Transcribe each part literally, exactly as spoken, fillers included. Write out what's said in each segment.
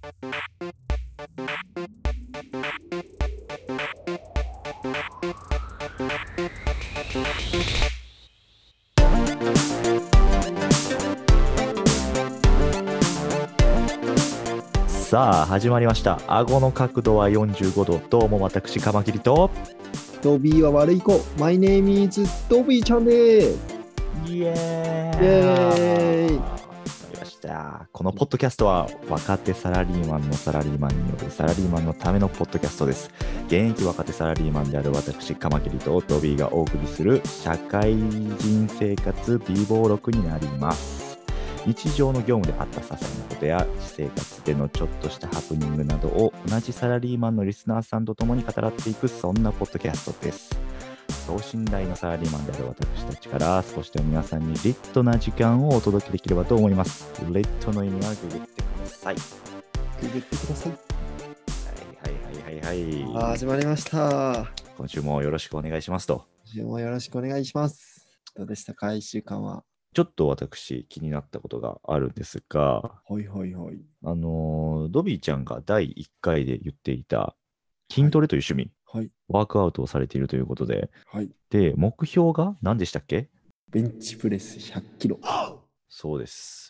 さあ始まりました。顎の角度はよんじゅうごど。どうも私カマキリとドビーは悪い子。マイネームイズドビーちゃんです。 イエーイ。イエーイ。 わかりました。このポッドキャストは若手サラリーマンのサラリーマンによるサラリーマンのためのポッドキャストです。現役若手サラリーマンである私カマキリとドビーがお送りする社会人生活美貌録になります。日常の業務であった些細なことや私生活でのちょっとしたハプニングなどを同じサラリーマンのリスナーさんと共に語らっていく、そんなポッドキャストです。等身大のサラリーマンである私たちから少しでも皆さんにリットな時間をお届けできればと思います。リットの意味はググってください。 ググってください。 はいはいはいはいはい。 始まりました。 今週もよろしくお願いしますと。 今週もよろしくお願いします。どうでしたか、いっしゅうかんは。 ちょっと私気になったことがあるんですが、 ほいほいほい。 あのードビーちゃんがだいいっかいで言っていた筋トレという趣味、 はい。 ワークアウトをされているということで、 はい。 で、目標が何でしたっけ？ ベンチプレスひゃっキロ。 そうです。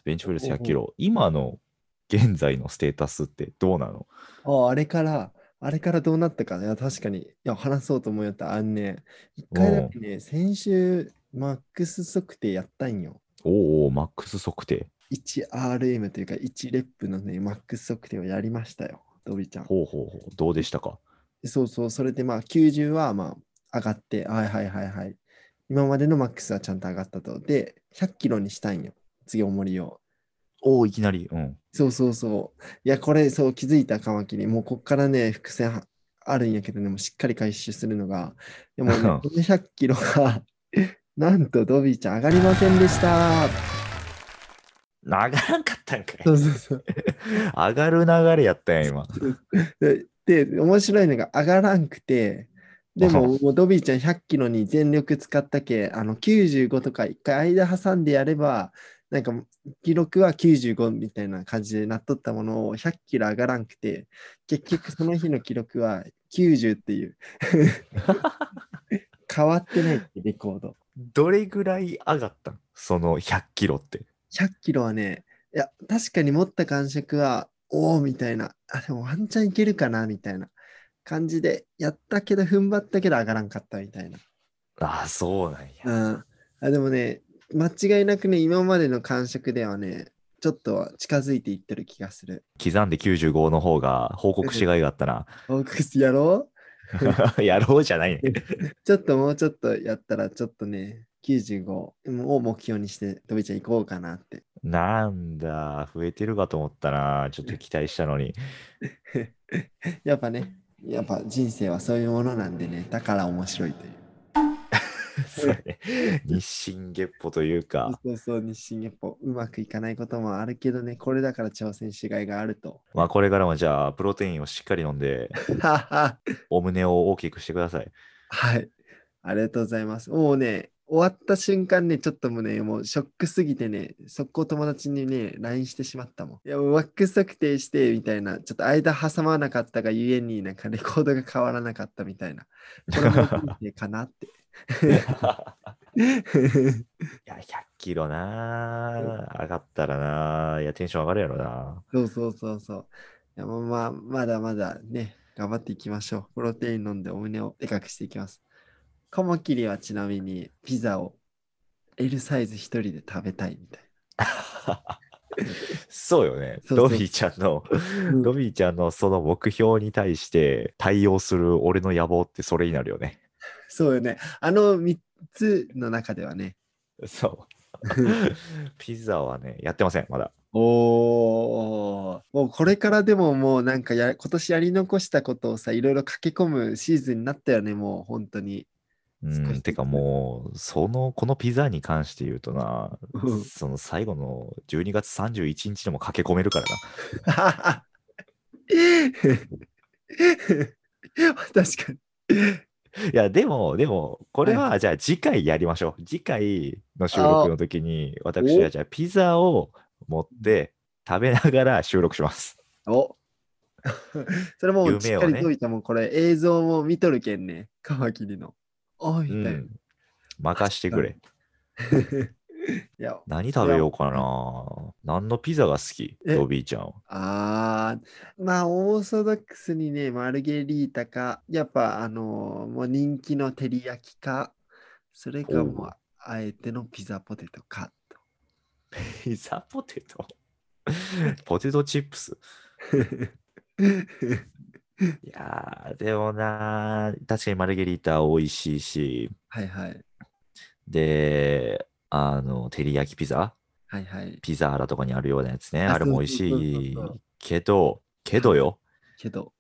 ベンチプレスひゃっキロ。今の現在のステータスってどうなの？ ああ、あれから、あれからどうなったか。いや、確かに。いや、話そうと思うよった。あんね、一回だけね、先週、マックス測定やったんよ。 おお、マックス測定。 いちアールエム というかいちレップのね、マックス測定をやりましたよ、ドビちゃん。 ほうほうほう。どうでしたか？ そうそう、それでまあきゅうじゅうはまあ上がって、はいはいはいはい。今までのマックスはちゃんと上がったと。で、ひゃっキロにしたんよ、次重りを。 おお、いきなり。うん。 そうそうそう。いや、これ、そう気づいた、カマキリ。もうこっからね、伏線はあるんやけどね、もうしっかり回収するのが。でもね、このひゃっキロが、なんとドビーちゃん上がりませんでした。 上がらんかったんかい。 そうそうそう。 上がる流れやったんや、今。 で、で面白いのが上がらんくて、でも、もうドビーちゃんひゃっキロに全力使ったけ、あのきゅうじゅうごとか一回間挟んでやれば、なんか記録はきゅうじゅうごみたいな感じでなっとったものをひゃっキロ上がらんくて、結局その日の記録はきゅうじゅうっていう。変わってないってレコード。 どれぐらい上がったん？そのひゃっキロって。 ひゃっキロはね、いや、確かに持った感触は、おおみたいな、あ、でもワンチャンいけるかなみたいな感じで、やったけど、踏ん張ったけど上がらんかったみたいな。 ああ、そうなんや。 うん。あ、でもね、間違いなくね、今までの感触ではね、ちょっと近づいていってる気がする。 刻んできゅうじゅうごの方が報告しがいがあったな。 ホークスやろやろうじゃないね。 うちょっともうちょっとやったら、ちょっとね、きゅうじゅうごを目標にして、飛びちゃん行こうかなって。 なんだ、増えてるかと思ったな。ちょっと期待したのに。 やっぱね、やっぱ人生はそういうものなんでね、だから面白いという。 そうね。日進月歩というか。 そうそう、日進月歩。うまくいかないこともあるけどね、これだから挑戦しがいがあると。 まあこれからもじゃあ、プロテインをしっかり飲んで、 はお胸を大きくしてください。 い。ありがとうございます。もうね、終わった瞬間ね、ちょっともうね、もうショックすぎてね、速攻友達にね、ライン してしまったもん。いや、もうワックス測定してみたいな、ちょっと間挟まなかったがゆえに、なんかレコードが変わらなかったみたいな。これも人生かなって。 いや、ひゃっキロな。上がったらな。いや、テンション上がるやろな。 そうそうそうそう。いやまあ、まあ、まだまだね、頑張っていきましょう。プロテイン飲んでお胸をでかくしていきます。カマキリはちなみにピザを エル サイズ一人で食べたいみたいな。 そうよね。 そうそうドビーちゃんの、 うんドビーちゃんのその目標に対して対応する俺の野望ってそれになるよね。 そうよね。あのみっつの中ではね。 そう。ピザはね、やってません、まだ。 おー、もうこれからでももうなんかや今年やり残したことをさ、いろいろ駆け込むシーズンになったよね、もう本当に。 うん、てか少しずつ。 もう、その、このピザに関して言うとな、 うんその最後のじゅうにがつさんじゅういちにちでも駆け込めるから確かに。 いや、でも、でも、これはい、 は、じゃあ次回やりましょう。次回の収あ録の時に、私はじゃあピザを持って食べながら収録します。 おそれもうしっかり夢をね。 といたもん、これ映像も見とるけんね。カマキリの。あ、みたいな。 うん。任してくれ。 いや、 何それはも食べようかな。何のピザが好きう、え、 ドビーちゃんは。 あー、まあ、オーソドックスにね、マルゲリータか、やっぱ、あのーもう人気の照り焼きか、それかもう、 おう。 あえてのピザポテトかと。 ピザポテトポテトチップス。いやー、でもなー、確かにマルゲリータ美味しいし、 はいはい。 で、あの、照り焼きピザはいはい。 ピザーラとかにあるようなやつね。 あ、 あれも美味そうそうそうそうそう。 しいけど、けはい。 どよ。 けど、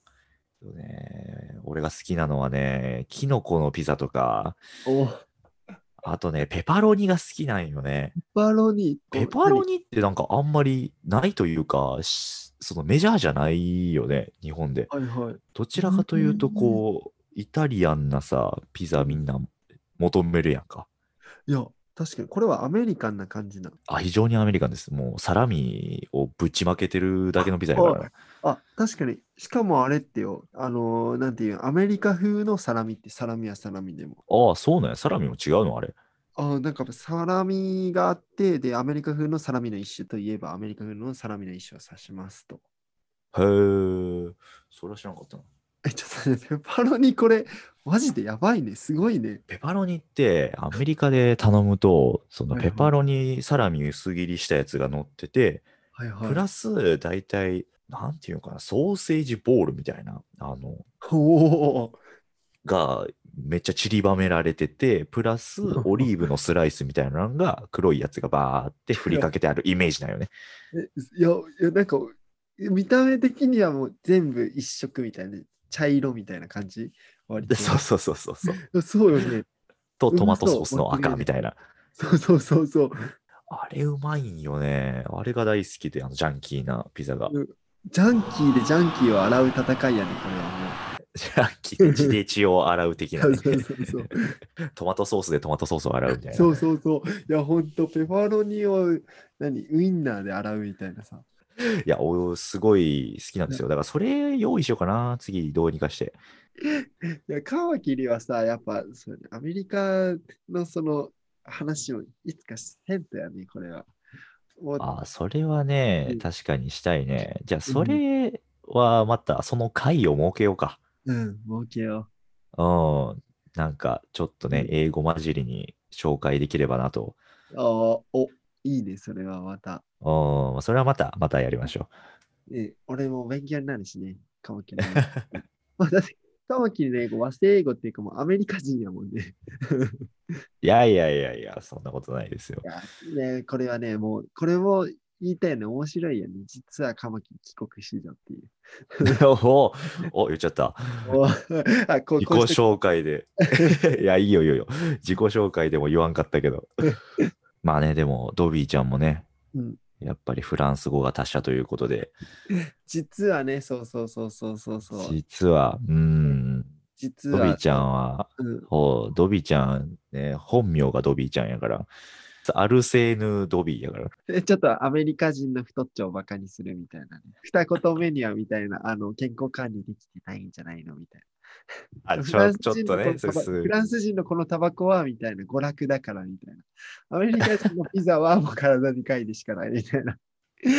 ね、俺が好きなのはね、キノコのピザとか、 お、 あとね、ペパロニが好きなんよね。 バロニ、お、 ペパロ何ニってなんかあんまりないというか、しそのメジャーじゃないよね、日本で。 はいはい。 どちらうかというと、 ん。 こう、イタリアンなさ、ピうん。 ザみんな求めるやんか。 いや、確かに、これはアメリカンな感じな。 あ、非常にアメリカンです。もうサラミをぶちまけてるだけのピザやかあ、 らな。 あ、確かに。しかもあれってよ、あのーなんていう、アメリカ風のサラミってサラミはサラミでも。 ああ、そうなんや。サラミも違うのあれ。 あ、なんかサラミがあって、で、アメリカ風のサラミの一種といえば、アメリカ風のサラミの一種を指しますと。 へえ、それは知らなかったな。 え、ちょっとね、ペパロニこれ、マジでやばいね。すごいね。 ペパロニってアメリカで頼むと、そのペパはいはい。 ロニサラミ薄切りしたやつが乗ってて、プはいはい。 ラス大体、なんていうのかな、ソーセージボールみたいな、あの、 おお。 がめっちゃ散りばめられてて、プラスオリーブのスライスみたいなのが黒いやつがバーって振りかけてあるイメージだよね。 えいや、いや、なんか、見た目的にはもう全部一色みたいな、茶色みたいな感じ、割で、 と。 そうそうそうそうそう。 そうよね。 と、トマトソーうまそう、 スの間違いなく。 赤みたいな。 そうそうそうそう。 あれうまいんよね。あれが大好きで、あのジャンキーなピザが。 うんジャンキーでジャンキーを洗う戦いやね、これはジャンキーって血で血を洗う的なもう。 ね。 そうそうそう。 トマトソースでトマトソースを洗うみたいな。 そうそうそう。いや、ほんと、ペパロニを、何、ウインナーで洗うみたいなさ。 いや、おすごい好きなんですよ。だからそれ用意しようかな。次どうにかして。 いや、カマキリはさ、やっぱ、そうねアメリカのその話をいつかせんとやね、これは。もう、 ああ、それはね、 うん確かにしたいね。じゃあ、そうん、 れはまたその回を設けようか。 うん、儲けようん。なんか、ちょっとう。うね、 ん、 英語混じりに紹介できればなと。 あーお、いいね、それはまた。 うん。それはまた、またやりましょね、俺も勉強になるしね、カマキリの。 う。 まあ、だって、カマキリの英語、和製英語っていうかもうアメリカ人やもんね。 いやいやいやいや、そんなことないですよ。 いや、ね、これはね、もう、これも言いたいよね、面白いよね。実はカマキリ帰国子女っていう。 おお、言っちゃった。 おあ、こう、 自己こうして、 紹介で。いや、いいよいいよいいよ。自己紹介でも言わんかったけど。まあね、でも、ドビーちゃんもね、 うん、 やっぱりフランス語が達者ということで、 実はね、そうそうそうそうそうそう。 実は、うーん、 実は、 ドビーちゃそうんは、 うん、 ほう、ドビーちゃん、ね、本名がドビーちゃんやから、アルセーヌ・ドビーやから。 えちょっとアメリカ人の太っちょをバカにするみたいなね。二言目にはみたいな、あの、健康管理できてないんじゃないのみたいあ、 な。フちょ、 ランスちょっとね、 人のこのタバ、フそれす、 ランス人のこのタバコはみたいな、娯楽だからみたいな。アメリカ人のピザはもう体に害でしかないみたいな。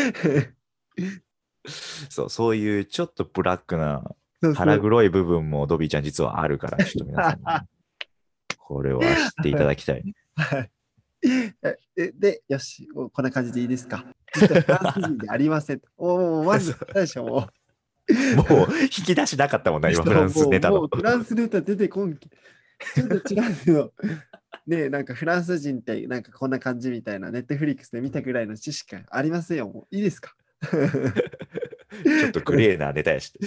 そう、そういうちょっとブラックなそうそう。 腹黒い部分もドビーちゃん実はあるから、ちょっと皆さんにね、これは知っていただきたい。 はいえで、よし、もうこんな感じでいいですか。実はフランス人でありませんと。おお、まず、最初ももう引き出しなかったもんな、 う、 今フランスもう、 ネタの。 もうフランスネタ出てこんけ。ちょっと違うけど、ねえ、なんかフランス人ってなんかこんな感じみたいな、ネットフリックスで見たぐらいの知識ありませんよ。もういいですか。 ちょっとグレーなネタやし。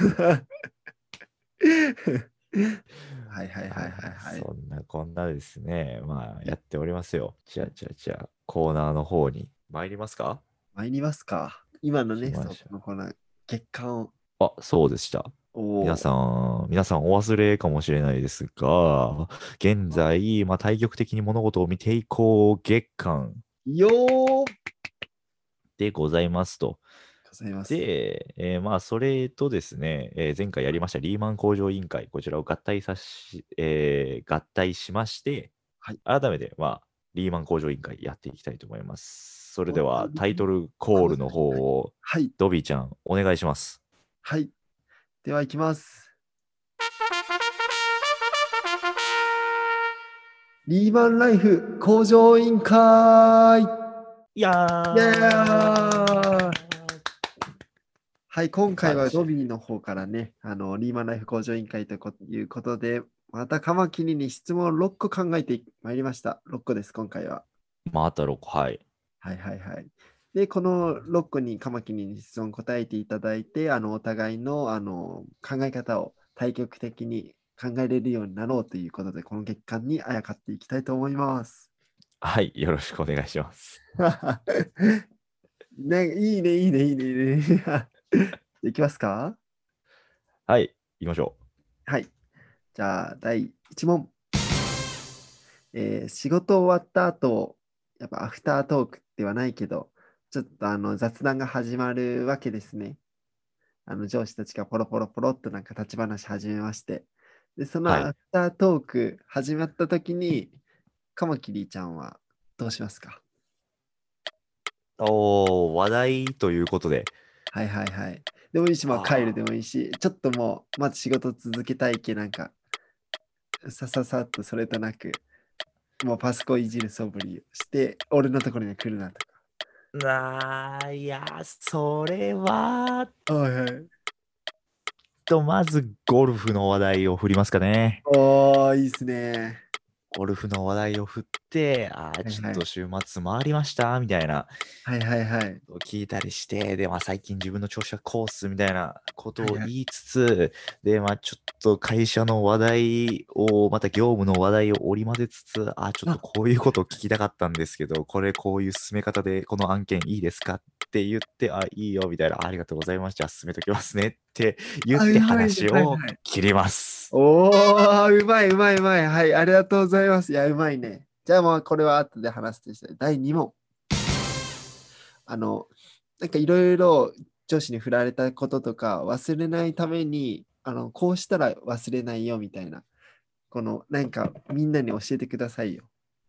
はいはいはいはいはい。 そんなこんなですね、まあやっておりますよ。じゃあじゃあじゃあ、コーナーの方に参りますか。 参りますか。今のね、そう、 来ましこのこの月間を。 た。あ、そうでした。皆さおーん、皆さんお忘れかもしれないですが、現在、まあ、対極的に物事を見ていこう月間よーでございますと。 ございます。 で、えーまあ、それとですね、えー前回やりましたリーマン工場委員会、こちらを合体さし、えー合体しまして、 はい。 改めて、まあ、リーマン工場委員会やっていきたいと思います。それでおは、タイトルコールの方を、 はい。 ドビーちゃん、お願いします。 はい。では、いきます。リーマンライフ工場委員会いやイエーーイはい、今回は感じドビーの方からね、あの、リーマンライフ工場委員会ということで、またカマキリに質問をろっこ考えてまいりました。ろっこです、今回は。 またろっこ、はい。 はいはいはい。で、このろっこにカマキリに質問答えていただいて、あの、お互いの、あの、考え方を対極的に考えれるようになろうということで、この月間にあやかっていきたいと思います。 はい、よろしくお願いします。 ね、いいね、いいね、いいね、いいね。いきますか？ はい、行きましょはい。じゃあ、だいいち問。えー仕事終わった後、やっぱアフタートークではないけど、ちょっとあの雑談が始まるわけですね。あの上司たちがポロポロポロっとなんか立ち話始めまして。で、そう。はい。 のアフタートーク始まった時に、カマキリちゃんはどうしますか？ おー、話題ということで、 はいはいはい。でもいいし、まあ帰るあでもいいし、ちょっともう、まず仕事続けたいけなんか、さささっとそれとなく、もうパソコンいじる素振りをして、俺のところに来るなとか。 ーあー、いや、それは、 はいはい。 と、まずゴルフの話題を振りますかね。 おー、いいっすね。 ゴルフの話題を振って、あー、ちょっはいはい。 と週末回りましたみたいなはいはいはい。 聞いたりして、で、まあ最近自分の調子はコースみたいなことはいはい。 を言いつつ、で、まあちょっと会社の話題を、また業務の話題を織り交ぜつつ、あ、ちょっとあ、 こういうことを聞きたかったんですけど、これこういう進め方でこの案件いいですかって言って、あ、いいよみたいな、ありがとうございます。じゃあ進めときますねって言っあ、うてまいね。 話をはいはい。 切ります。 おー、うまいうまいうまい。はい、ありがとうございます。いや、うまいね。じゃあもうこれは後で話すとして、だいに問。あの、なんかいろいろ上司に振られたこととか忘れないために、あの、こうしたら忘れないよみたいな、この、なんかみんなに教えてくださいよ。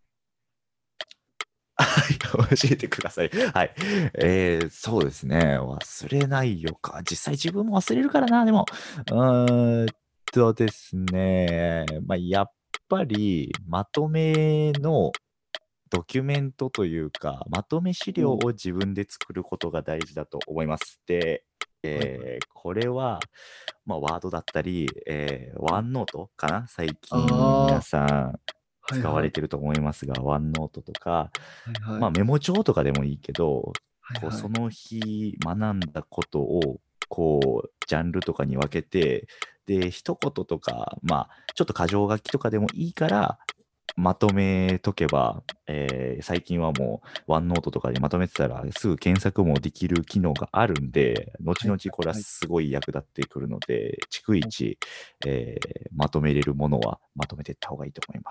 はい、教えてください。はい。えー、そうですね。忘れないよか。実際自分も忘れるからな。でも、うーんとですね。まあ、やっぱり、まとめのドキュメントというか、まとめ資料を自分で作ることが大事だと思います。で、 はいえーこれは、まあ、ワードだったり、えー、ワンノートかな最あ近皆あ、 さんはいはい。 使われてると思いますが、ワンノートとか、 はいはい。 まあ、メモ帳とかでもいいけど、こうはいはい。 その日学んだことをこうジャンルとかに分けて、で一言とか、まあ、ちょっと箇条書きとかでもいいからまとめとけば、えー最近はもうワンノートとかでまとめてたらすぐ検索もできる機能があるんで、後はい 々これははい。 すごい役立ってくるので、逐一、えーまとめれるものはまとめていった方がいいと思います。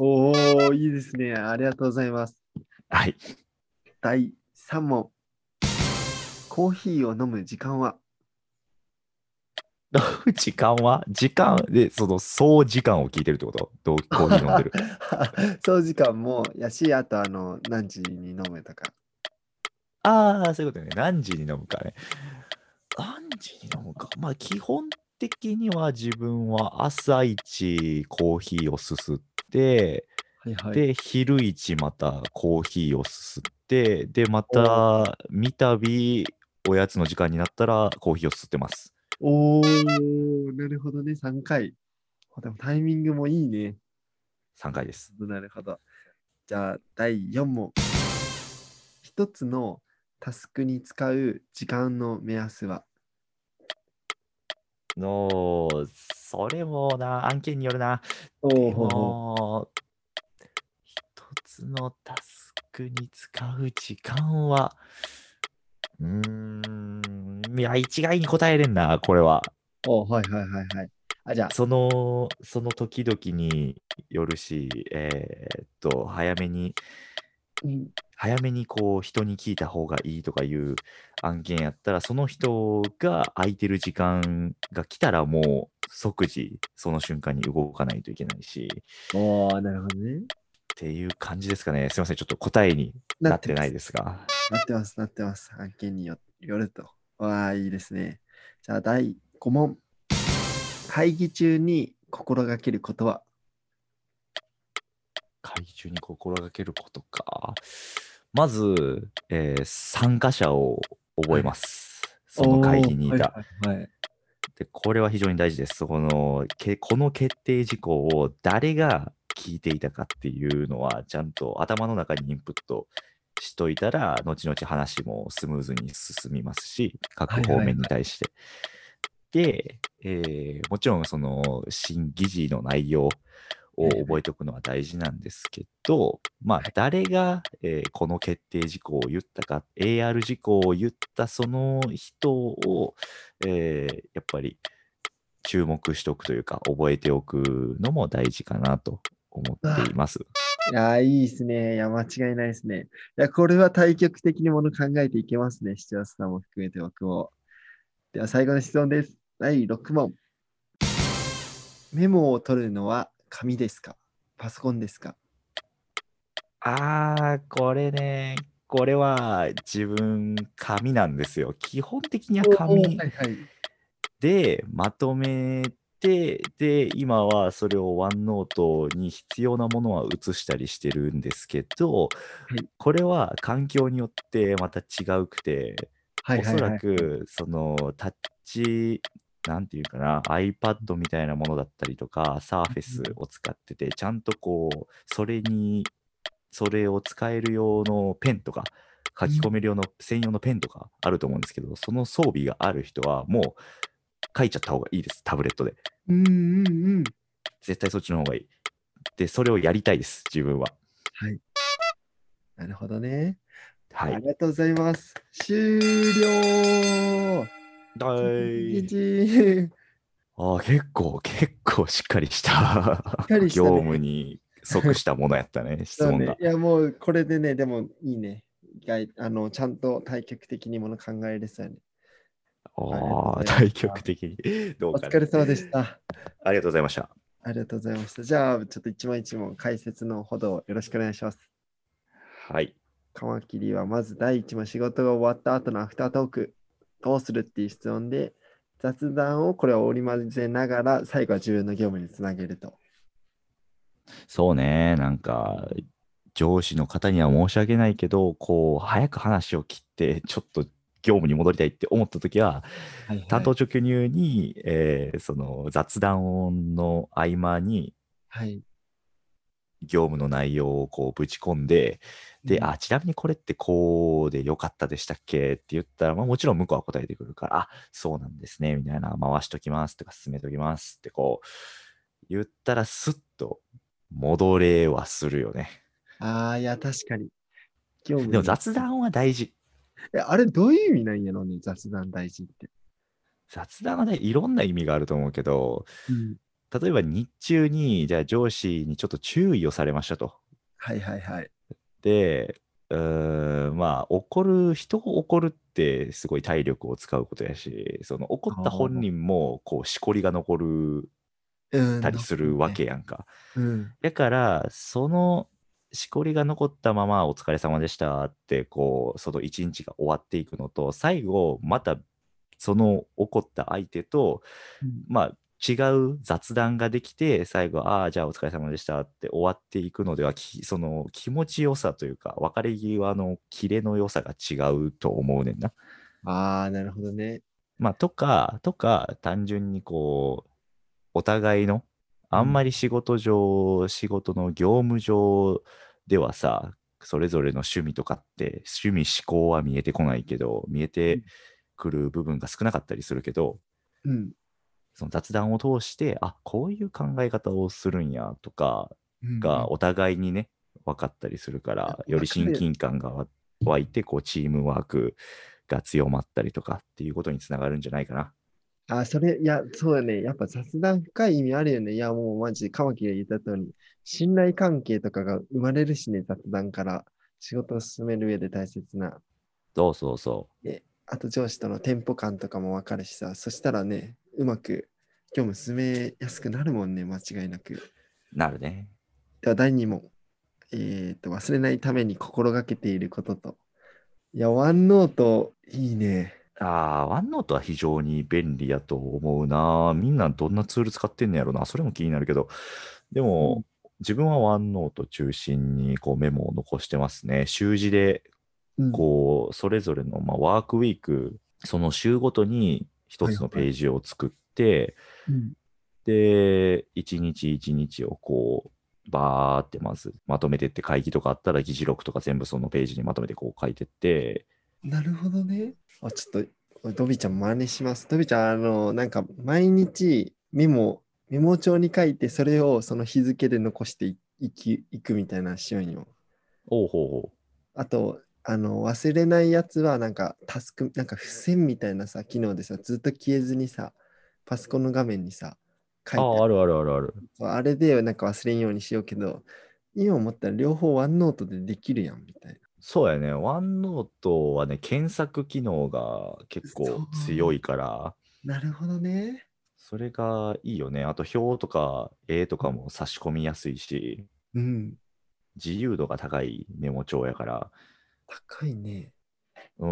おー、いいですね。ありがとうございます。 はい。 だいさん問。コーヒーを飲む時間は？ 飲む時間は時間で、その総時間を聞いてるってことどうコーヒー飲んでる。 そう時間もやし、あとあの、何時に飲むとか。 ああ、そういうことね。何時に飲むかね。何時に飲むか。まあ、基本的には自分は朝一コーヒーをすすって、 はいはい。 で、昼一またコーヒーをすすって、で、まおー、 た、三度、おやつの時間になったらコーヒーをすすってます。 おー、なるほどね。さんかい。あでもタイミングもいいね。 さんかいです。 なるほど。じゃあ、だいよん問。一つのタスクに使う時間の目安は？ の、それもな、案件によるな。でおーほほ。 も、一つのタスクに使う時間は、うーん、いや、一概に答えれんな、これは。 おーはいはいはいはい。あ、じゃあ、 その、その時々によるし、えーっと、早めにうん、 早めにこう人に聞いた方がいいとかいう案件やったら、その人が空いてる時間が来たらもう即時その瞬間に動かないといけないし、 おー、なるほどね。 っていう感じですかね。すいません、ちょっと答えになってないなってます。 ですが。 なってます、なってます。案件によよると。わあ、いいですね。じゃあ、だいご問。会議中に心がけることは？ 会議中に心がけることか。まず、えー参加者を覚えはい。 ます。その会おー、 議にいた。 はいはいはい。 で、これは非常に大事です。この、けこの決定事項を誰が聞いていたかっていうのは、ちゃんと頭の中にインプットしといたら、後々話もスムーズに進みますし、各方はいはいはい。 面に対して。で、えーもちろんその審議事の内容を覚えておくのは大事なんですけど、まあ、誰が、えーこの決定事項を言ったか、エーアール 事項を言ったその人を、えーやっぱり注目しておくというか、覚えておくのも大事かなと思っていあ、 ます。 いやー、いいですね。いや、間違いないですね。いや、これは対極的にもの考えていけますね。視聴者さんも含めて僕も。では、最後の質問です。だいろく問。メモを取るのは紙ですか？パソコンですか？ あー、これね、これは自分、紙なんですよ。基本的にはおおー、 紙はいはい。 でまとめて、で、今はそれをワンノートに必要なものは写したりしてるんですけど、 はい。 これは環境によってまた違うくて、おそらはいはいはい。 く、その、タッチ、なんていうかな、iPad みたいなものだったりとか、Surface を使ってて、ちゃんとこう、それに、それを使える用のペンとか、書き込める用の専用のペンとかあると思うんですけど、その装備がある人はもう書いちゃった方がいいです、タブレットで。 うんうんうん。 絶対そっちの方がいい。で、それをやりたいです、自分は。 はい。なるほどね。 はい。 ありがとうございます。終了。 だ一い。 日。 ああ、結構、結構しっかりしたしっかりし業たね。 務に即したものやったね、質そうね。 問が。 いや、もうこれでね、でもいいね。意外あのちゃんと対極的にもの考えれそうやね。ありがとうああ、 ございまし対極た。 的に。どうおかね。 疲れ様でした。 ありがとうございました。 ありがとうございました。じゃあ、ちょっと一問一問解説のほどよろしくお願いします。 はい。 カマキリはまず第一問、仕事が終わった後のアフタートーク、どうするっていう質問で、雑談をこれを織り交ぜながら、最後は自分の業務につなげると。 そうね、なんか、上司の方には申し訳ないけど、こう、早く話を切って、ちょっと業務に戻りたいって思ったときは、担当はいはい。 直入に、えーその雑談の合間に、 はい。 業務の内容をこうぶち込んで、で、 うん、 あ、ちなみにこれってこうでよかったでしたっけって言ったら、まあ、もちろん向こうは答えてくるから、あ、そうなんですね、みたいな、回しときますとか、進めときますってこう、言ったらスッと戻れはするよね。 ああ、いや、確かに。業務でもに。 雑談は大事。 え、あれ、どういう意味なんやろうね、雑談大事って。 雑談はね、いろんな意味があると思うけど、 うん。 例えば日中に、じゃあ上司にちょっと注意をされましたと。 はいはいはい。 で、うーん、まあ、怒る、人を怒るってすごい体力を使うことやし、その怒った本ああ、 人も、こう、しこりが残るうん、 たり残するわるね。 けやんか。 うん。 だから、そのしこりが残ったまま、お疲れ様でしたって、こう、その一日が終わっていくのと、最後、また、その怒った相手と、 うん。 まあ、違う雑談ができて、最後、ああ、じゃあお疲れ様でしたって終わっていくのでは、きその気持ちよさというか、別れ際のキレの良さが違うと思うねんな。 ああ、なるほどね。 まあ、とか、とか、単純にこう、お互いの、あんうん。 まり仕事上、仕事の業務上ではさ、それぞれの趣味とかって、趣味思考は見えてこないけど、見えてくる部分が少なかったりするけど、 うん。 その雑談を通して、あ、こういう考え方をするんやとかうん。うん。 がお互いにね、分かったりするかいや、 ら、より親わかる。 近感が湧いて、こう、チームワークが強まったりとかっていうことにつながるんじゃないかな。 あ、それ、いや、そうだね。やっぱ雑談深い意味あるよね。いや、もうマジでカマキが言った通り、信頼関係とかが生まれるしね、雑談から。 仕事を進める上で大切な。 そうそうそで、あと上司とのテンポ感とかも分かるしさ、そしたらね、うまく業務進めやすくなるもんね、間違いなく。 う。なるね。 では、だいに問。えーと、忘れないために心がけていることと。いや、ワンノート、いいね。 ああ、ワンノートは非常に便利やと思うな。みんなどんなツール使ってんのやろな。それも気になるけど。でうん。 も、自分はワンノート中心にこうメモを残してますね。習字で、 うん。 こう、それぞれの、まあ、ワークウィーク、その週ごとに一つのはいはい。 ページを作って、 うん。 で、一日一日をこう、バーってまずまとめてって、会議とかあったら議事録とか全部そのページにまとめてこう書いてって、 なるほどね。あ、ちょっと、ドビちゃん真似します。ドビちゃん、あの、なんか、毎日メモ、メモ帳に書いて、それをその日付で残していいきいくみたいなしようよ。 おうほうほう。 あと、あの、忘れないやつは、なんか、タスク、なんか付箋みたいなさ、機能でさ、ずっと消えずにさ、パソコンの画面にさ、書いてある。 ああ、あるあるあるある。 そうあれで、なんか忘れんようにしようけど、今思ったら両方ワンノートでできるやん、みたいな。 そうやね。ワンノートはね、検索機能が結そ構強う。 いから、 なるほどね。 それがいいよね。あと表とか絵とかも差し込みやすいし、 うん。 自由度が高いメモ帳やから、 高いね。 うん、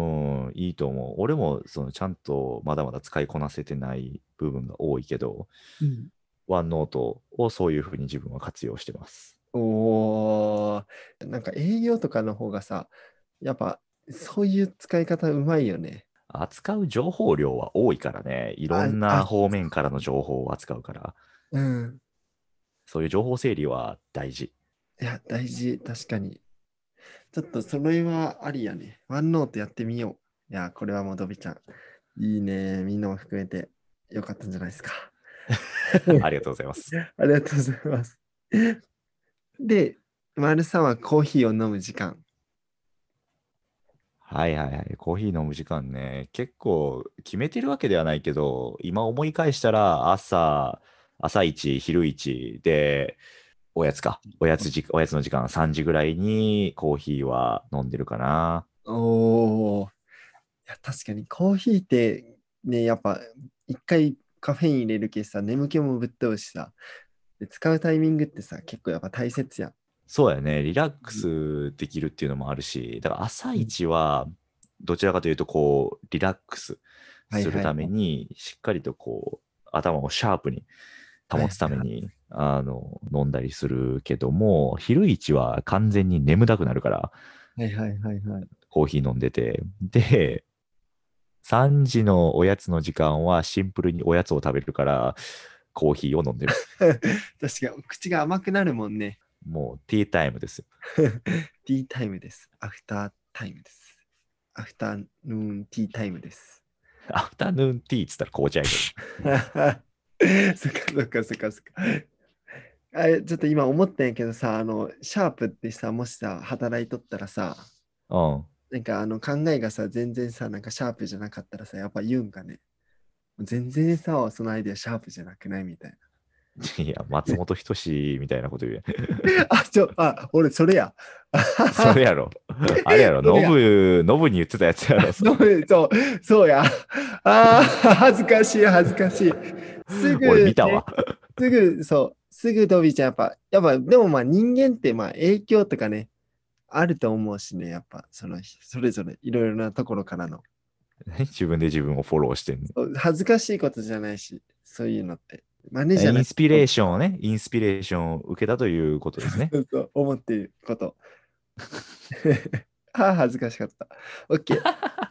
いいと思う。俺もそのちゃんとまだまだ使いこなせてない部分が多いけど、 うん。 ワンノートをそういうふうに自分は活用してます。 おー。なんか営業とかの方がさ、やっぱそういう使い方うまいよね。 扱う情報量は多いからね。いろあ、 んあ、 な方面からの情報を扱うから、 うん。 そういう情報整理は大事。 いや、大事。確かに。ちょっとそれはありやね。ワンノートやってみよう。いや、これはもうドビちゃん。いいね。みんなも含めてよかったんじゃないですか。 ありがとうございます。 ありがとうございます。で、丸さんはコーヒーを飲む時間。 はいはいはい。コーヒー飲む時間ね。結構決めてるわけではないけど、今思い返したら朝、朝一、昼一で、おやつか。おやつじ、おやつの時間さんじぐらいにコーヒーは飲んでるかな。 おー。いや、確かにコーヒーってね、やっぱ一回カフェイン入れるけどさ、眠気もぶっ飛ぶしさ、で使うタイミングってさ、結構やっぱ大切やん。 そうやね。リラックうんスできるっていうのもあるし、だから朝うん。 一はどちらかというとこう、リラックスはいするためはいはい。 に、しっかりとこう、頭をシャープに保つたはいはいはめに、あの、飲んだりするけども、昼一は完全に眠たくなるから、 いはいはいはいはい。 コーヒー飲んでて、で、さんじのおやつの時間はシンプルにおやつを食べるから、コーヒーを飲んでる。 確かに口が甘くなるもんね。 もうティータイムですよ。 ティータイムです。アフタータイムです。アフターヌーンティータイムです。 アフタヌーンティーっつったら紅茶やけど。 そっかそっかそっかそっか。あれ、ちょっと今思ったんやけどさ、あの、シャープってさ、もしさ、働いとったらさ、 うん。 なんかあの考えがさ、全然さ、なんかシャープじゃなかったらさ、やっぱ言うんかね。全然さ、そのアイデアシャープじゃなくないみたいいや、松本人志みたいなこと言うやな。あ、ちょ、あ、俺それや。 ん。それやろ。あれやろ。 それや。 ノブ、ノブに言ってたやつやろ。それそう、そう、そうや。ああ、恥ずかしい、恥ずかしい。す俺ぐね、 見たわ。 すぐ、そう、すぐドビーちゃん、やっぱ、やっぱ、でもまあ人間ってまあ影響とかね、あると思うしね、やっぱ、その、それぞれいろいろなところからの。 自分で自分をフォローしてんの。 そう恥ずかしいことじゃないし、そういうのって。マネージャーイなんてンスピレーションをね、インスピレーションを受けたということですね。 そうそう思っていること。ああ、恥ずかしかった。OK。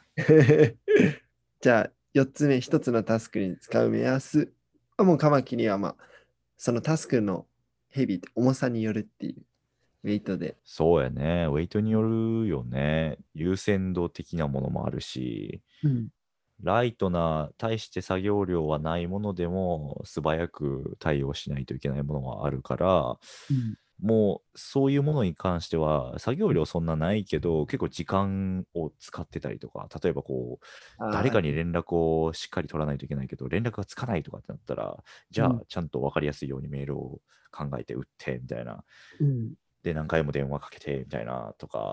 じゃあ、よっつめ、ひとつのタスクに使う目安。もうカマキリは、まあ、そのタスクのヘビーって重さによるっていうウェイトで。 そうやね。ウェイトによるよね。優先度的なものもあるし、 うん。 ライトな、大して作業量はないものでも、素早く対応しないといけないものもあるから、 うん。 もうそういうものに関しては、作業量そんなないけど、結構時間を使ってたりとか、例えばこう、誰ああ、 かに連絡をしっかり取らないといけないけど、連絡がつかないとかってなったら、じうん。 ゃあちゃんと分かりやすいようにメールを考えて打ってみたいな。 うん。 で、何回も電話かけてみたいなとか、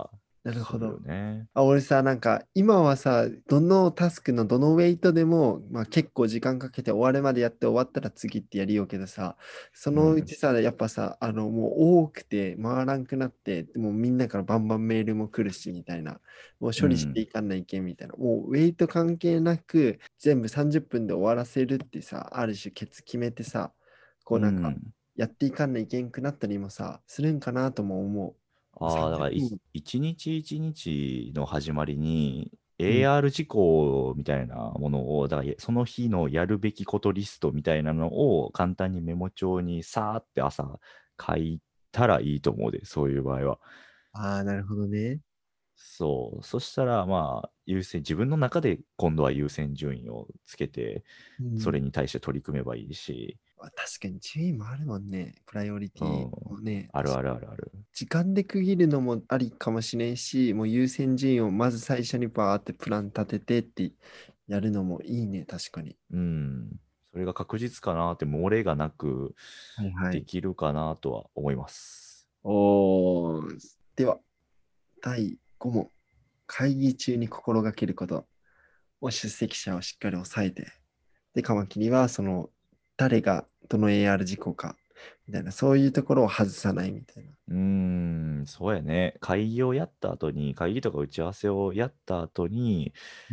なるほするよど。 ね。 あ、俺さ、なんか今はさ、どのタスクのどのウェイトでも、まあ、結構時間かけて終わるまでやって終わったら次ってやりようけどさ、そのううん。 ちさ、やっぱさ、あのもう多くて回らんくなって、でもうみんなからバンバンメールも来るしみたいな、もう処理してうん。 いかんないけんみたいな、もうウェイト関係なく全部さんじゅっぷんで終わらせるってさ、ある種ケツ決めてさ、こううなんかん。 やっていかんないけんくなったりもさ、するんかなとも思う。 ああ、だ 30 からい分。 一日一日の始まりにうん。 エーアール 事項みたいなものを、だからその日のやるべきことリストみたいなのを簡単にメモ帳にさーって朝書いたらいいと思うで、そういう場合は。 ああ、なるほどね。 そう。そしたら、まあ、優先、自分の中で今度は優先順位をつけて、 うん。 それに対して取り組めばいいし、 あ、確かに順位もあるもんね。プライオリティうん。 もね。 あるあ確かにるあるある。 時間で区切るのもありかもしれんし、もう優先順位をまず最初にバーってプラン立ててってやるのもいいね。確かに。 うん。それが確実かなって、漏れがなくではいはい。 きるかなとは思います。 おー。では、だいご問。会議中に心がけることを出席者をしっかり押さえて、で、カマキリはその誰がどの エーアール 事項かみたいな、そういうところを外さないみたいな。 うーん、そうやね。会議をやった後に、会議とか打ち合わせをやった後に、 うん。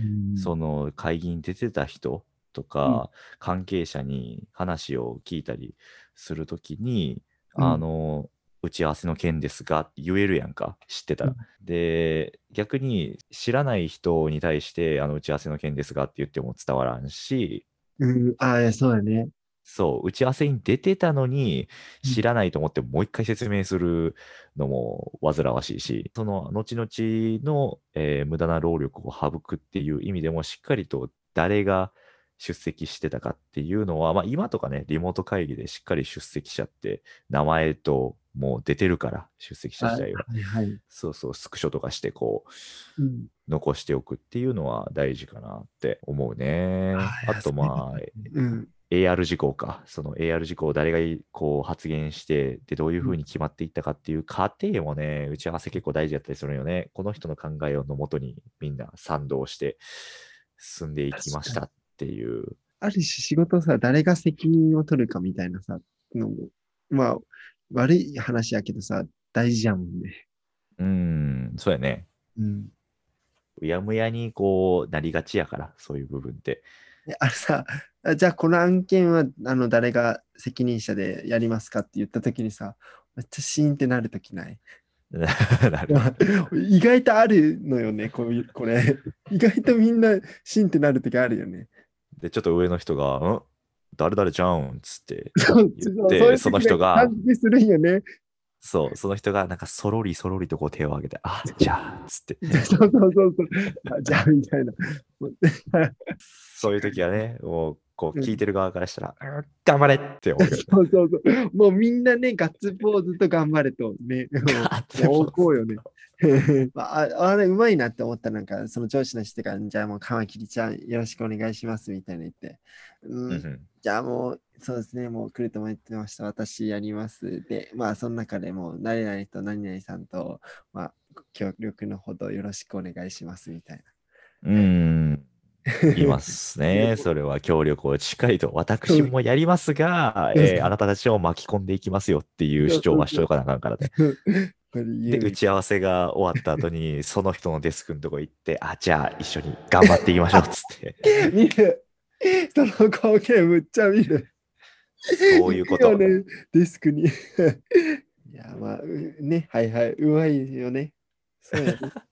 その会議に出てた人とうん。 か、関係者に話を聞いたりするときに、あうん。 の、打ち合わせの件ですがって言えるやんか、知ってたら。 うん。 で、逆に知らない人に対して、あの打ち合わせの件ですがって言っても伝わらんし、 うん。ああ、いやそうだね。 そう、打ち合わせに出てたのに、 うん。 知らないと思ってもう一回説明するのも煩わしいし、その後々の、えー無駄な労力を省くっていう意味でも、しっかりと誰が出席してたかっていうのは、まあ今とかね、リモート会議でしっかり出席者って名前ともう出てるから、出席者あ、は自体は。 いはい。 そうそう、スクショとかしてこう、 うん。 残しておくっていうのは大事かなって思うね。 ああ、いあや、それは、 とまあ、 うん。 エーアール 事項か。その エーアール 事項を誰がいこう発言して、で、どういううん。 ふうに決まっていったかっていう過程もね、打ち合わせ結構大事だったりするよね。この人の考えをのもとにみんな賛同して進んでい確きましかに。 たっていう。 ある種仕事さ、誰が責任を取るかみたいなさ、のも、まあ、悪い話やけどさ、大事やもんね。 うーん、そうやね。 うん。 うやむやにこうなりがちやから、そういう部分って。 え、あれさ、あじゃあこの案件は、あの、誰が責任者でやりますかって言ったときにさ、めっちゃシーンってなるときない？ なる。 意外とあるのよね、こういう、これ。意外とみんなシーンってなるときあるよね。 で、ちょっと上の人が、ん誰々ちゃうんつってそう言っそう、そういて、そのう時なんか人が、 感じするんよね。 そう、その人がなんかそろりそろりとこう手を挙げて、あ、じゃあ、つって、 そうそうそうそう。あ、じゃあ、みたいな。 そういう時はね、もう、こううん、 聞いてる側からしたら、うん頑張れって思うけどね。 そうそうそう。もうみんなね、ガッツポーズと頑張れとね、もうガッツポもうーズ。 こうよね。まあ、ああれ、うまいなって思ったなんか、その上司の人が、じゃあもう、カマキリちゃん、よろしくお願いしますみたいな言って、うん、 うんうん。 じゃあもう、そうですね、もう来ると思ってました、私やります。で、まあ、その中でもう、何々と何々さんと、まあ、協力のほどよろしくお願いしますみたいな。 うーん。いますね。それは協力をしっかりと私もやりますが、えーあなたたちを巻き込んでいきますよっていう主張はしとかなあかんからね。 これで、 言うみたい打ち合わせが終わった後に、その人のデスクのとこ行って、あ、じゃあ一緒に頑張っていきましょうっつって。 な。見る。その光景むっちゃ見る。 そういうこと。 行くよね、デスクに。いや、まあ、うね、はいはい、うまいよね。そうやね。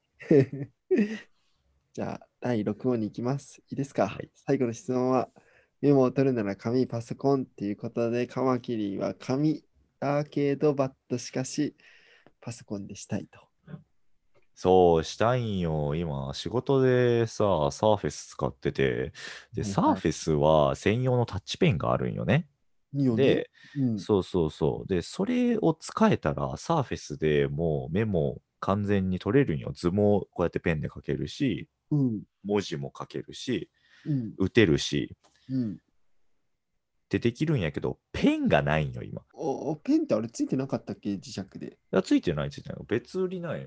じゃあ、だいろく問に行きます。いいですか？ はい。 最後の質問は、メモを取るなら紙、パソコンっていうことで、カマキリは紙だけど、バットしかし、パソコンでしたいと。 そう、したいんよ。今、仕事でさ、サーフェス使ってて、で、 はいはい。 サーフェスは専用のタッチペンがあるんよね。 いいよね。 で、 うん。 そうそうそう。で、それを使えたら、サーフェスでもうメモ完全に取れるんよ。図もこうやってペンで書けるし、 うん。 文字も書けるし、 うん。 打てるし、 うん。 ってできるんやけど、ペンがないんよ、今。いお、おペンってあれついてなかったっけ？磁石で。 や、ついてない、ついてない。別売りなんよ。 あ、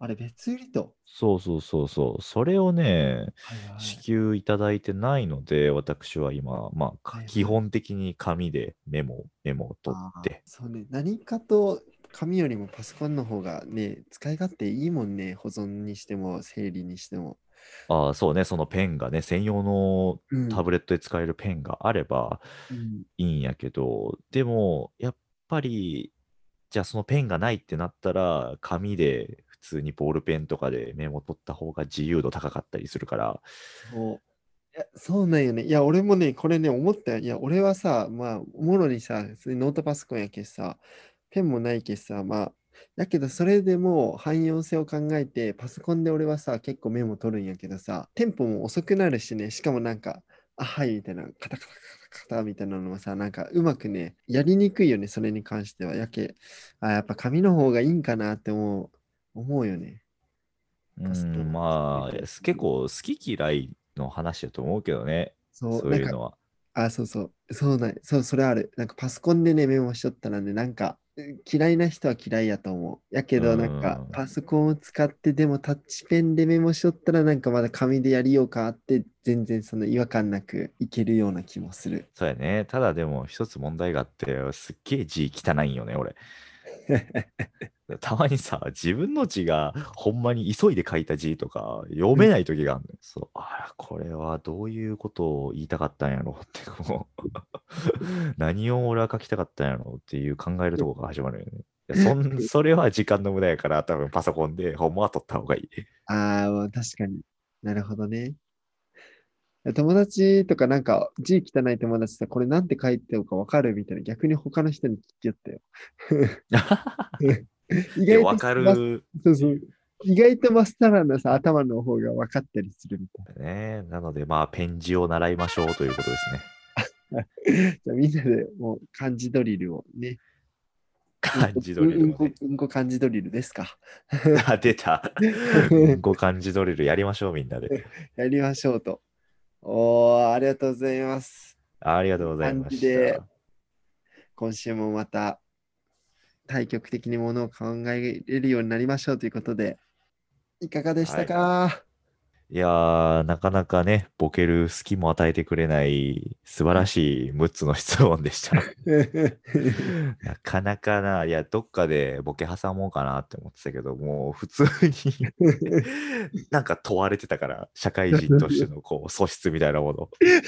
あれ別売りと。 そうそうそうそう。それをね、 はいはい支給いただいてないので、私は今、まあ、か基はいはい。 本的に紙でメモ、メモを取ああ、 って、 そうね。何かと紙よりもパソコンの方がね、使い勝手いいもんね。保存にしても、整理にしても。 ああ、そうね、そのペンがね、専用のうん。 タブレットで使えるペンがあればうん。 いいんやけど、でも、やっぱり、じゃあそのペンがないってなったら、紙で普通にボールペンとかでメモ取った方が自由度高かったりするから、 そう。いや、そうなんよね。いや、俺もね、これね、思ったよ。いや、俺はさ、まあ、おもろにさ、普通にノートパソコンやけしさ、ペンもないけしさ、まあ、だけど、それでも汎用性を考えて、パソコンで俺はさ、結構メモ取るんやけどさ、テンポも遅くなるしね、しかもなんか、あ、はいみたいな、カタカタカタカタみたいなのもさ、なんかうまくね、やりにくいよね、それに関しては。やけ、あ、やっぱ紙の方がいいんかなって思う、思うよね。パソコン。 うん、まあ、結構好き嫌いの話だと思うけどね、 そう、なんかそういうのは。 あ、そうそう。そうなん、そう、それある。なんかパソコンでね、メモしとったらね、なんかう嫌いな人は嫌いやと思う。やけうど、なんかん、 パソコンを使ってでもタッチペンでメモしとったら、なんかまだ紙でやりようかって、全然その違和感なくいけるような気もする。 そうやね。ただでも一つ問題があって、すっげえ字汚いんよね、俺。たまにさ、自分の字がほんまに急いで書いた字とか読めない時があるのよ。そう、あら、これはどういうことを言いたかったんやろって、こう何を俺は書きたかったんやろっていう考えるところが始まるよね。いやそん、それは時間の無駄やから、多分パソコンで本は取った方がいい。 ああ、まあ確かに。なるほどね。友達とかなんか字汚い友達さ、これなんて書いてるかわかるみたいな、逆に他の人に聞きよったよ。意いや、 外とわかマス、 るそうそう。意外とマスタラなさ、頭の方が分かったりするみたいね。なので、まあ、ペン字を習いましょうということですね。 な。じゃあみんなでもう漢字ドリルをね、うんこ、 漢字うんうんこ、 ドリルをね。 うんこ漢字ドリルですか。 あ、出た。うんこ漢字ドリルやりましょう、みんなで。 やりましょうと。おー、ありがとうございます。 ありがとうござい感まじで、 した。 今週もまた対極的にものを考えれるようになりましょうということで、いかがでしたはい。 か？ いやー、なかなかね、ボケる隙も与えてくれない素晴らしいむっつの質問でした。なかなかな、いや、どっかでボケ挟もうかなって思ってたけど、もう普通になんか問われてたから、社会人としてのこう素質みたいなもの。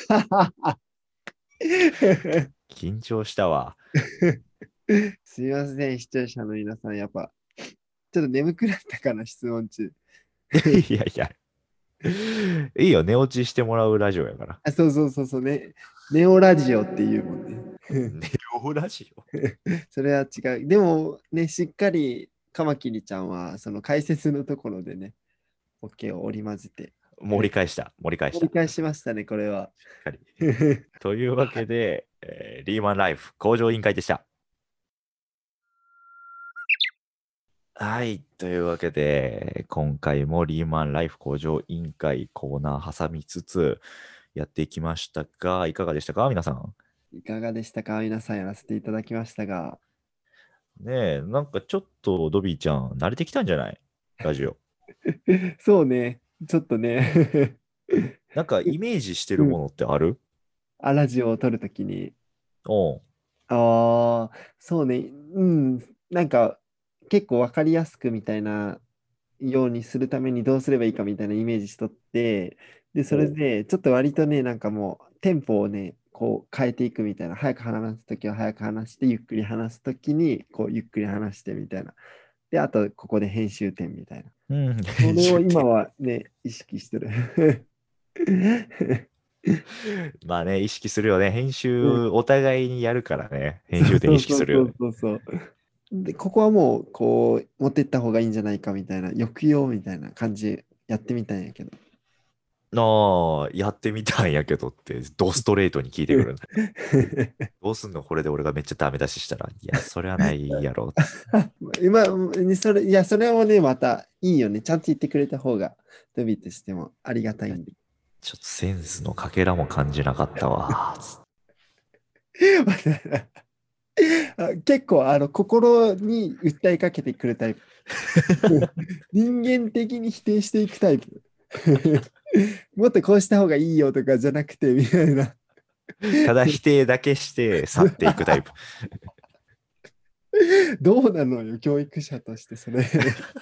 緊張したわ。 すいません、視聴者の皆さん、やっぱ、ちょっと眠くなったかな、質問中。 いやいや、いいよ、寝落ちしてもらうラジオやから。 あ、そうそうそうそうね。ネオラジオっていうもんね。 ネオラジオ。 それは違う。でもね、しっかりカマキリちゃんは、その解説のところでね、オッケーを織り交ぜて、 盛り返した、盛り返した。 折り返しましたね、これは。 しっかり。というわけで、えーリーマンライフ工場委員会でした。はい。というわけで、今回もリーマンライフ工場委員会コーナー挟みつつやっていきましたが、いかがでしたか皆さん。 いかがでしたか？皆さんやらせていただきましたが。 ねえ、なんかちょっとドビーちゃん慣れてきたんじゃないラジオ。 そうね、ちょっとね。 なんかイメージしてうん。 るものってある？ あ、ラジオを撮るときに。 おう。 ああ、そうね。うん。なんか、結構わかりやすくみたいなようにするためにどうすればいいかみたいなイメージしとって、で、それおう。 で、ちょっと割とね、なんかもう、テンポをね、こう変えていくみたいな。早く話すときは早く話して、ゆっくり話すときに、こう、ゆっくり話してみたいな。で、あと、ここで編集点みたいな。 うん、 そ編れを今集点。 はね、意識してる。 まあね、意識するよね。編うん、 集、お互いにやるからね。編そう集点意そうそうそ識するよね。 うそうそう。で、ここはもう、こう、持ってった方がいいんじゃないかみたいな、抑揚みたいな感じでやってみたんやけど。 ああ、やってみたんやけどって、ドストレートに聞いてくるんだ。どうすんのこれで俺がめっちゃダメ出ししたら。いや、それはないやろ。 今、それ、いや、それをね、またいいよね。ちゃんと言ってくれた方が、ドビーとしてもありがたいや、 いんで。 ちょっとセンスのかけらも感じなかったわ。 あ結構、あの、心に訴えかけてくるタイプ。 人間的に否定していくタイプ。もっとこうした方がいいよとかじゃなくて、みたいな。 ただ否定だけして去っていくタイプ。 どうなのよ、教育者としてそれ。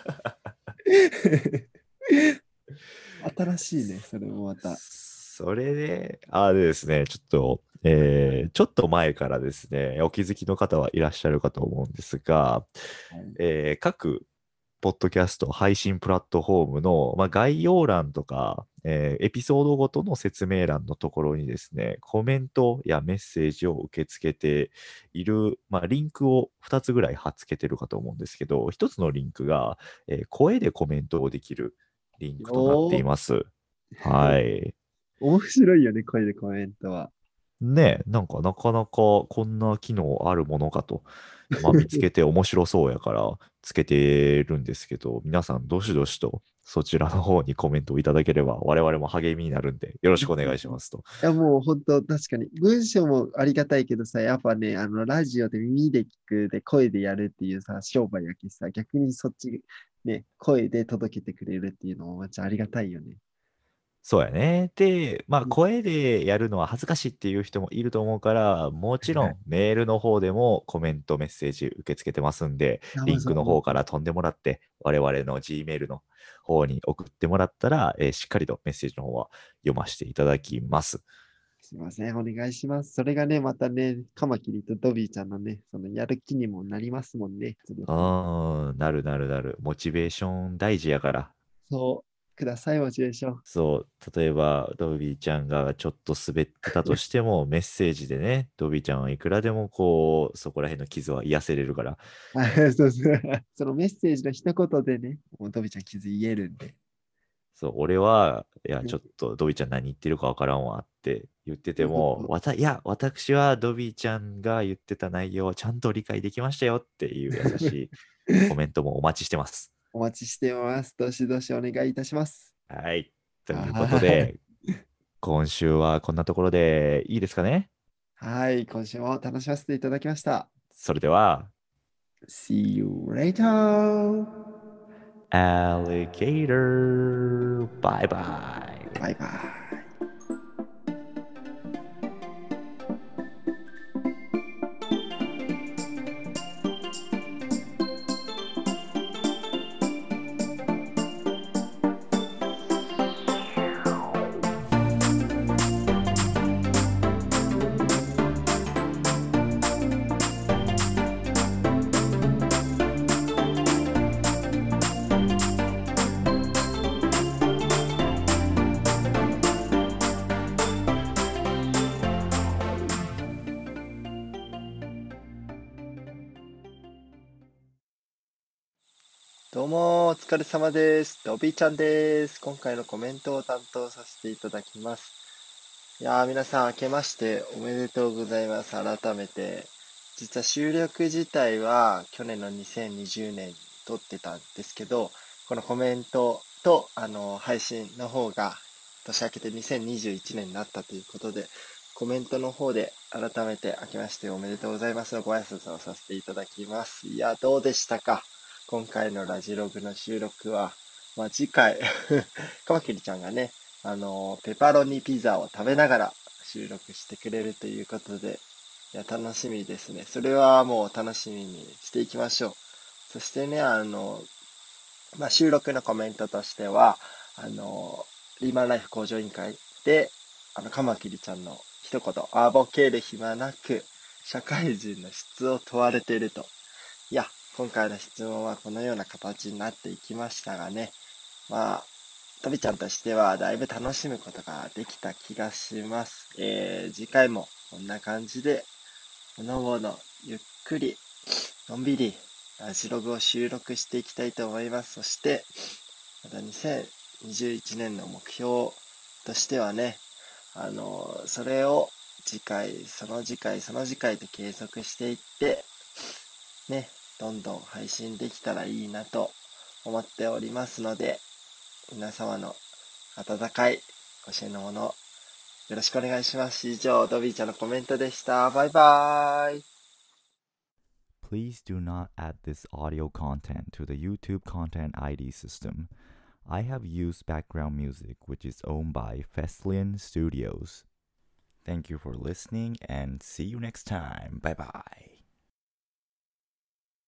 新しいね、それもまた。 それで、ああでですね、ちょっと、えーちょっと前からですね、お気づきの方はいらっしゃるかと思うんですが、 はい、 えー各ポッドキャスト配信プラットフォームの、まあ、概要欄とか、えーエピソードごとの説明欄のところにですね、コメントやメッセージを受け付けている、まあ、リンクをふたつぐらい貼っ付けてるかと思うんですけど、ひとつのリンクが、えー声でコメントをできるリンクとなっておー、 います。はい。 面白いよね、声でコメントは。 ねえ、なんかなかなかこんな機能あるものかと、まあ見つけて面白そうやからつけてるんですけど、皆さんどしどしとそちらの方にコメントをいただければ我々も励みになるんでよろしくお願いしますと。 いや、もう本当、確かに。文章もありがたいけどさ、やっぱね、あの、ラジオで耳で聞くで声でやるっていうさ、商売やけさ、逆にそっち、ね、声で届けてくれるっていうのもめっちゃありがたいよね。 そうやね。で、まあうん、 声でやるのは恥ずかしいっていう人もいると思うから、もちろはい。 んメールの方でもコメントメッセージ受け付けてますんで、 あ、 リンクのそうそうそう。 方から飛んでもらって、我々の Gmail の方に送ってもらったら、えーしっかりとメッセージの方は読ませていただきます。 すいません、お願いします。それがね、またね、カマキリとドビーちゃんのね、そのやる気にもなりますもんね。そのあー、なるなるなる。モチベーション大事やから。 そう、ください、モチベーション。 そう、例えば、ドビーちゃんがちょっと滑ってたとしても、メッセージでね、ドビーちゃんはいくらでもこう、そこら辺の傷は癒せれるから、 あ、そうそう。そのメッセージの一言でね、もうドビーちゃん傷言えるんで。 そう、俺は、いや、ちょっうん、 とドビーちゃん何言ってるかわからんわって言ってても、 そうそうそう。 わた、いや、私はドビーちゃんが言ってた内容をちゃんと理解できましたよっていう優しいコメントもお待ちしてます。 お待ちしてます。どしどしお願いいたします。 はい。ということはで、今週はこんなところでいいですかね。 い。はい。今週も楽しませていただきました。 それでは、 See you later! Alligator! バイバイ。 バイバイ。どうも、お疲れ様です。ドビーちゃんです。今回のコメントを担当させていただきます。いやー、皆さん、明けましておめでとうございます。改めて。実は収録自体は去年のにせんにじゅうねんに撮ってたんですけど、このコメントと、あの、配信の方が年明けてにせんにじゅういちねんになったということで、コメントの方で改めて明けましておめでとうございますのご挨拶をさせていただきます。いや、どうでしたか今回のラジログの収録は。まあ、次回、カマキリちゃんがね、あの、ペパロニピザを食べながら収録してくれるということで、いや、楽しみですね。それはもう楽しみにしていきましょう。そしてね、あの、まあ、収録のコメントとしては、あの、リーマンライフ向上委員会で、あの、カマキリちゃんの一言、あぼける暇なく、社会人の質を問われていると。いや、今回の質問はこのような形になっていきましたがね、まあ、とびちゃんとしてはだいぶ楽しむことができた気がします。えー、次回もこんな感じで、おのおのゆっくり、のんびり、ラジログを収録していきたいと思います。そして、またにせんにじゅういちねんの目標としてはね、あの、それを次回、その次回、その次回と継続していって、ね、どんどん配信できたらいいなと思っておりますので、皆様の温かいご支援のものよろしくお願いします。以上、ドビーちゃんのコメントでした。バイバーイ。 please do not add this audio content to the YouTube Content アイディー system. I have used background music which is owned by Feslian Studios. Thank you for listening and see you next time. Bye bye.